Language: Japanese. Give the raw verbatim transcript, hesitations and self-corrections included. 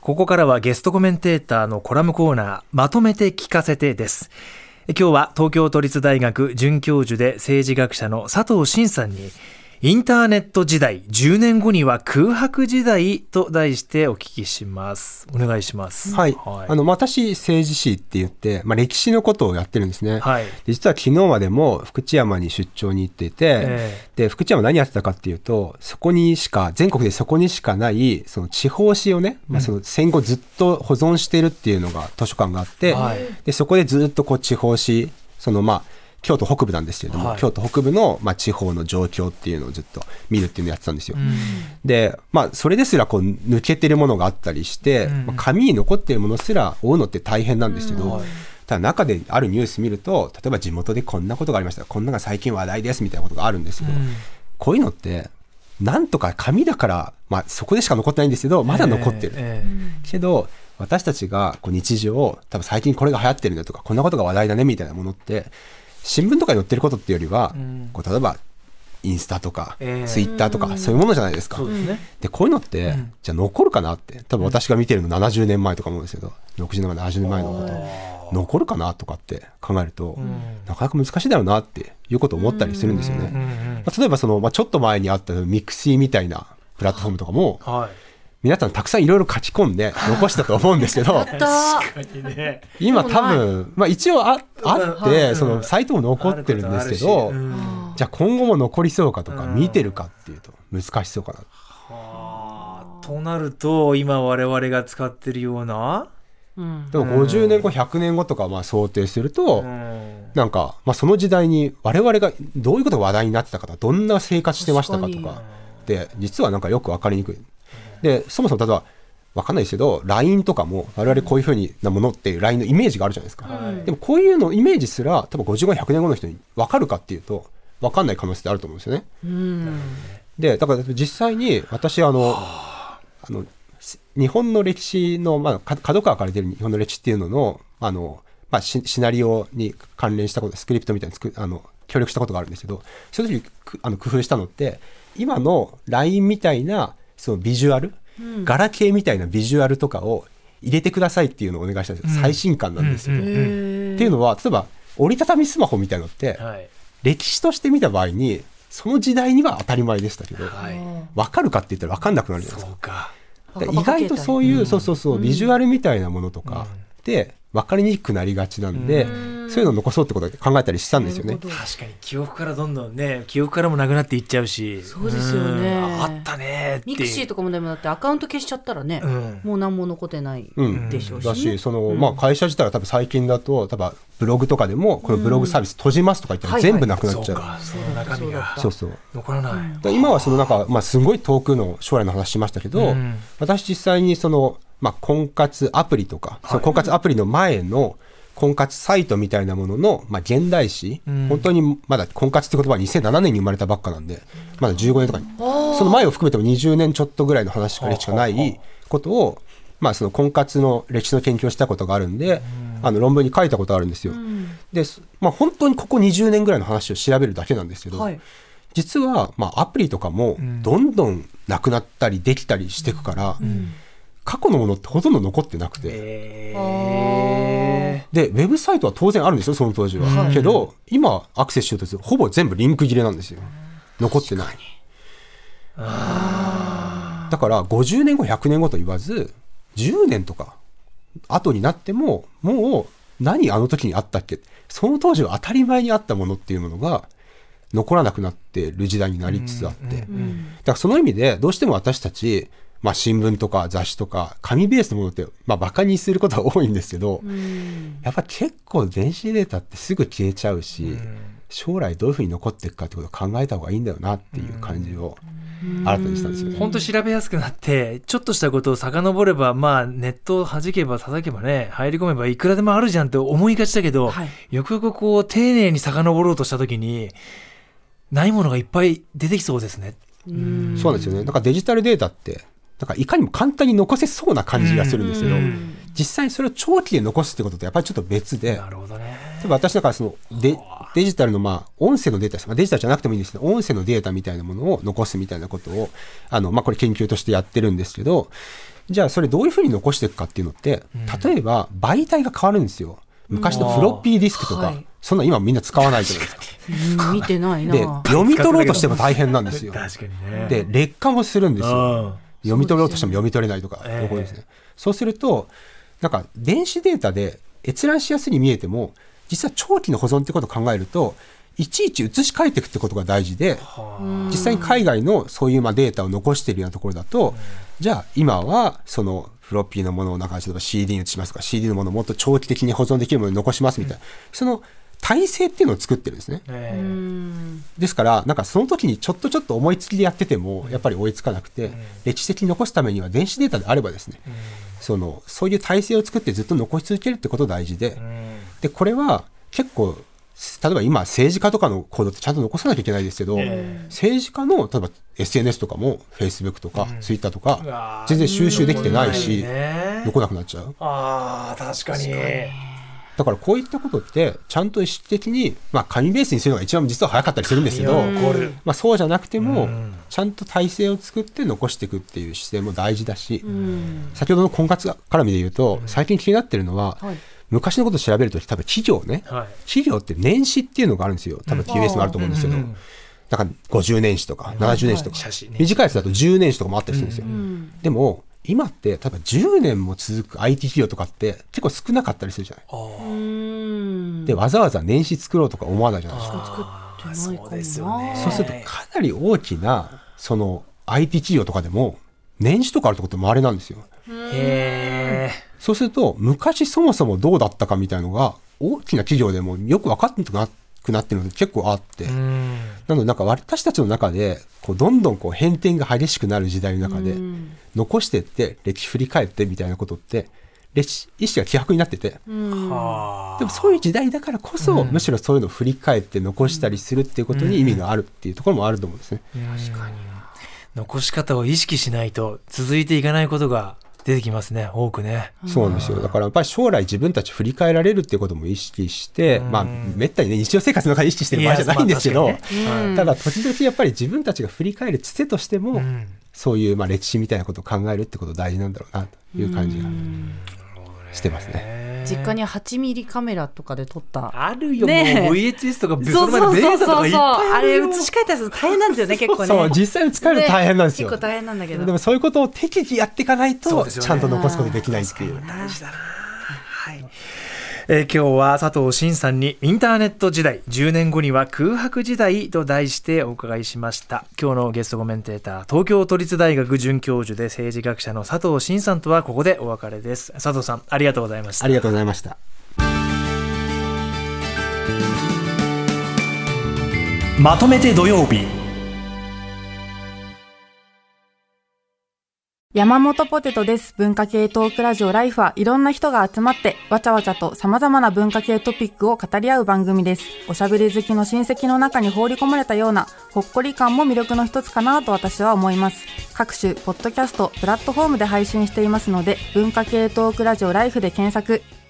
ここからはゲストコメンテーターのコラムコーナー、まとめて聞かせてです。今日は東京都立大学准教授で政治学者の佐藤真さんに、インターネット時代じゅうねんごには空白時代と題してお聞きします。お願いします。 はい、はい、あの私政治史って言って、まあ、歴史のことをやってるんですね、はい、で実は昨日までも福知山に出張に行っていて、えー、で福知山何やってたかっていうと、そこにしか全国でそこにしかないその地方史をね、まあ、その戦後ずっと保存してるっていうのが図書館があって、はい、でそこでずっとこう地方史、そのまあ京都北部なんですけれども、はい、京都北部の、まあ、地方の状況っていうのをずっと見るっていうのをやってたんですよ、うん、で、まあ、それですらこう抜けてるものがあったりして、うんまあ、紙に残ってるものすら追うのって大変なんですけど、うんはい、ただ中であるニュース見ると、例えば地元でこんなことがありました、こんなのが最近話題ですみたいなことがあるんですけど、うん、こういうのってなんとか紙だから、まあ、そこでしか残ってないんですけどまだ残ってる、えーえー、けど私たちがこう日常、多分最近これが流行ってるねとか、こんなことが話題だねみたいなものって新聞とかに載ってることっていうよりは、うん、こう例えばインスタとか、えー、ツイッターとか、うん、そういうものじゃないですか。そうですね。でこういうのって、うん、じゃあ残るかなって、多分私が見てるのななじゅうねんまえとか思うんですけど、ろくじゅうねんまえななじゅうねんまえのこと残るかなとかって考えると、うん、なかなか難しいだろうなっていうことを思ったりするんですよね、うんうんまあ、例えばその、まあ、ちょっと前にあったミクシーみたいなプラットフォームとかも、はい皆さんたくさんいろいろ書き込んで残したと思うんですけど確かに、ね、 今多分、まあ、一応 あ, あってそのサイトも残ってるんですけど、うん、じゃあ今後も残りそうかとか見てるかっていうと難しそうかな、 はあ、となると今我々が使ってるような、 うん、でもごじゅうねんごひゃくねんごとかまあ想定すると、うん、なんか、まあ、その時代に我々がどういうことが話題になってたかとか、どんな生活してましたかとかで実はなんかよく分かりにくいで、そもそも例えば分かんないですけど ライン とかも我々こういう風なものっていう ライン のイメージがあるじゃないですか、はい、でもこういうのイメージすら多分ごじゅうご、ひゃくねんごの人に分かるかっていうと分かんない可能性ってあると思うんですよね。うんでだから実際に私あのあの日本の歴史の、まあ、角川から出る日本の歴史っていうのの、あの、まあ、シ, シナリオに関連したこと、スクリプトみたいに作あの協力したことがあるんですけど、その時あの工夫したのって今の ライン みたいなそのビジュアル、うん、ガラケーみたいなビジュアルとかを入れてくださいっていうのをお願いしたんですよ、うん、最新刊なんですよ、うんうんうん、っていうのは例えば折りたたみスマホみたいなのって、はい、歴史として見た場合にその時代には当たり前でしたけど、はい、分かるかって言ったら分かんなくなるじゃないですか。そうか、意外とそういう、うん、そうそうそう、ビジュアルみたいなものとかで分かりにくくなりがちなんで、うんそういうのを残そうってことを考えたりしたんですよね。 確かに記憶からどんどんね、記憶からもなくなっていっちゃうし、 そうですよね、 あったねってミクシーとかもでもだってアカウント消しちゃったらね、うん、もう何も残ってないでしょうし、ねうん、だしその、うんまあ、会社自体は多分最近だと多分ブログとかでもこのブログサービス閉じますとか言ったら全部なくなっちゃう、 はいはい、そうか、その中身がそうそう残らない、 今はそのなんか、まあ、すごい遠くの将来の話しましたけど、うん、私実際にその、まあ、婚活アプリとか、はい、その婚活アプリの前の婚活サイトみたいなものの、まあ、現代史、うん、本当にまだ婚活って言葉はにせんななねんに生まれたばっかなんでまだじゅうごねんとかに、その前を含めてもにじゅうねんちょっとぐらいの話しか歴史がないことを、まあ、その婚活の歴史の研究をしたことがあるんで、うん、あの論文に書いたことあるんですよ、うん、で、まあ、本当にここにじゅうねんぐらいの話を調べるだけなんですけど、はい、実は、まあ、アプリとかもどんどんなくなったりできたりしていくから、うんうん過去のものってほとんど残ってなくて、えー、でウェブサイトは当然あるんですよその当時は、うん、けど今アクセスしようとするとほぼ全部リンク切れなんですよ、残ってない。あだからごじゅうねんごひゃくねんごと言わずじゅうねんとか後になってももう何あの時にあったっけ、その当時は当たり前にあったものっていうものが残らなくなっている時代になりつつあって、うんうんうん、だからその意味でどうしても私たちまあ、新聞とか雑誌とか紙ベースのものって、まあ、バカにすることは多いんですけど、うん、やっぱ結構電子データってすぐ消えちゃうし、うん、将来どういうふうに残っていくかってことを考えた方がいいんだよなっていう感じを新たにしたんですよね。 本当調べやすくなってちょっとしたことを遡れば、まあ、ネットを弾けば叩けばね入り込めばいくらでもあるじゃんって思いがちだけど、はい、よくよくこう丁寧に遡ろうとした時にないものがいっぱい出てきそうですね。 うんそうなんですよね。だからデジタルデータってなんかいかにも簡単に残せそうな感じがするんですけど、実際にそれを長期で残すってこととやっぱりちょっと別で、なるほどね、例えば私だからその デ, デジタルのまあ音声のデータ、まあ、デジタルじゃなくてもいいんですけど音声のデータみたいなものを残すみたいなことをあの、まあ、これ研究としてやってるんですけど、 じゃあそれどういうふうに残していくかっていうのって、うん、例えば媒体が変わるんですよ。昔のフロッピーディスクとか、はい、そんな今みんな使わないじゃないですか。 うん、見てないな。 で読み取ろうとしても大変なんですよ。 確かにね。 で劣化もするんですよ。読み取ろうとしても読み取れないとか、そういうことですね。えー、そうするとなんか電子データで閲覧しやすいに見えても、実は長期の保存ってことを考えるといちいち移し替えていくってことが大事で、実際に海外のそういうまあデータを残しているようなところだと、じゃあ今はそのフロッピーのものをなんか例えば シーディー に移しますとか シーディー のものをもっと長期的に保存できるものを残しますみたいな、その体制っていうのを作ってるんですね。ですからなんかその時にちょっとちょっと思いつきでやっててもやっぱり追いつかなくて、歴史的に残すためには電子データであればですね、そのそういう体制を作ってずっと残し続けるってことが大事で、でこれは結構例えば今政治家とかの行動ってちゃんと残さなきゃいけないですけど、政治家の例えば エスエヌエス とかも Facebook とか Twitter とか全然収集できてないし、残らなくなっちゃう。 あー確かに。 だからこういったことってちゃんと意識的に、まあ、紙ベースにするのが一番実は早かったりするんですけど、まあ、そうじゃなくてもちゃんと体制を作って残していくっていう姿勢も大事だし、先ほどの婚活絡みで言うと最近気になってるのは、はい、昔のことを調べると多分企業ね、はい、企業って年始っていうのがあるんですよ。多分 ティービーエス もあると思うんですけど、だからごじゅうねん史とかななじゅうねん史とか、短いやつだとじゅうねん史とかもあったりするんですよ。でも今って例えばじゅうねんも続く アイティー 企業とかって結構少なかったりするじゃない。あでわざわざ年始作ろうとか思わないじゃないですか。 作ってないかもな。そうですよね。 そうするとかなり大きなその アイティー 企業とかでも年始とかあるところって稀なんですよ。 へー。 そうすると昔そもそもどうだったかみたいなのが大きな企業でもよく分かってなくなってるので結構あって、なのでなんか私たちの中でこうどんどんこう変転が激しくなる時代の中で残してって歴史振り返ってみたいなことって歴史意識が希薄になってて、でもそういう時代だからこそむしろそういうのを振り返って残したりするっていうことに意味があるっていうところもあると思うんですね。 確かに残し方を意識しないと続いていかないことが出てきますね、多くね。 そうなんですよ。だからやっぱり将来自分たち振り返られるっていうことも意識して、まあめったにね日常生活の中で意識してる場合じゃないんですけど、ね、ただ時々やっぱり自分たちが振り返るつてとしても、うん、そういうまあ歴史みたいなことを考えるってこと大事なんだろうなという感じがしてますね。 実家にはちミリカメラとかで撮ったあるよ、ね、もう ブイエイチエス とかその前のベータとかいっぱいあるよ。 あれ映し替えたやつ大変なんですよね結構ね。 そう実際に使えると大変なんですよ、 ね、結構大変なんだけど、 でもそういうことを適宜やっていかないと、ね、ちゃんと残すことできないっていう。 大事だな。はい、えー、今日は佐藤真さんにインターネット時代じゅうねんごには空白時代と題してお伺いしました。今日のゲストコメンテーター、東京都立大学准教授で政治学者の佐藤真さんとはここでお別れです。佐藤さんありがとうございました。 ありがとうございました。 まとめて土曜日、 山本ポテトです。文化系トークラジオライフはいろんな人が集まってわちゃわちゃと様々な文化系トピックを語り合う番組です。おしゃべり好きの親戚の中に放り込まれたようなほっこり感も魅力の一つかなと私は思います。各種ポッドキャストプラットフォームで配信していますので、文化系トークラジオライフで検索。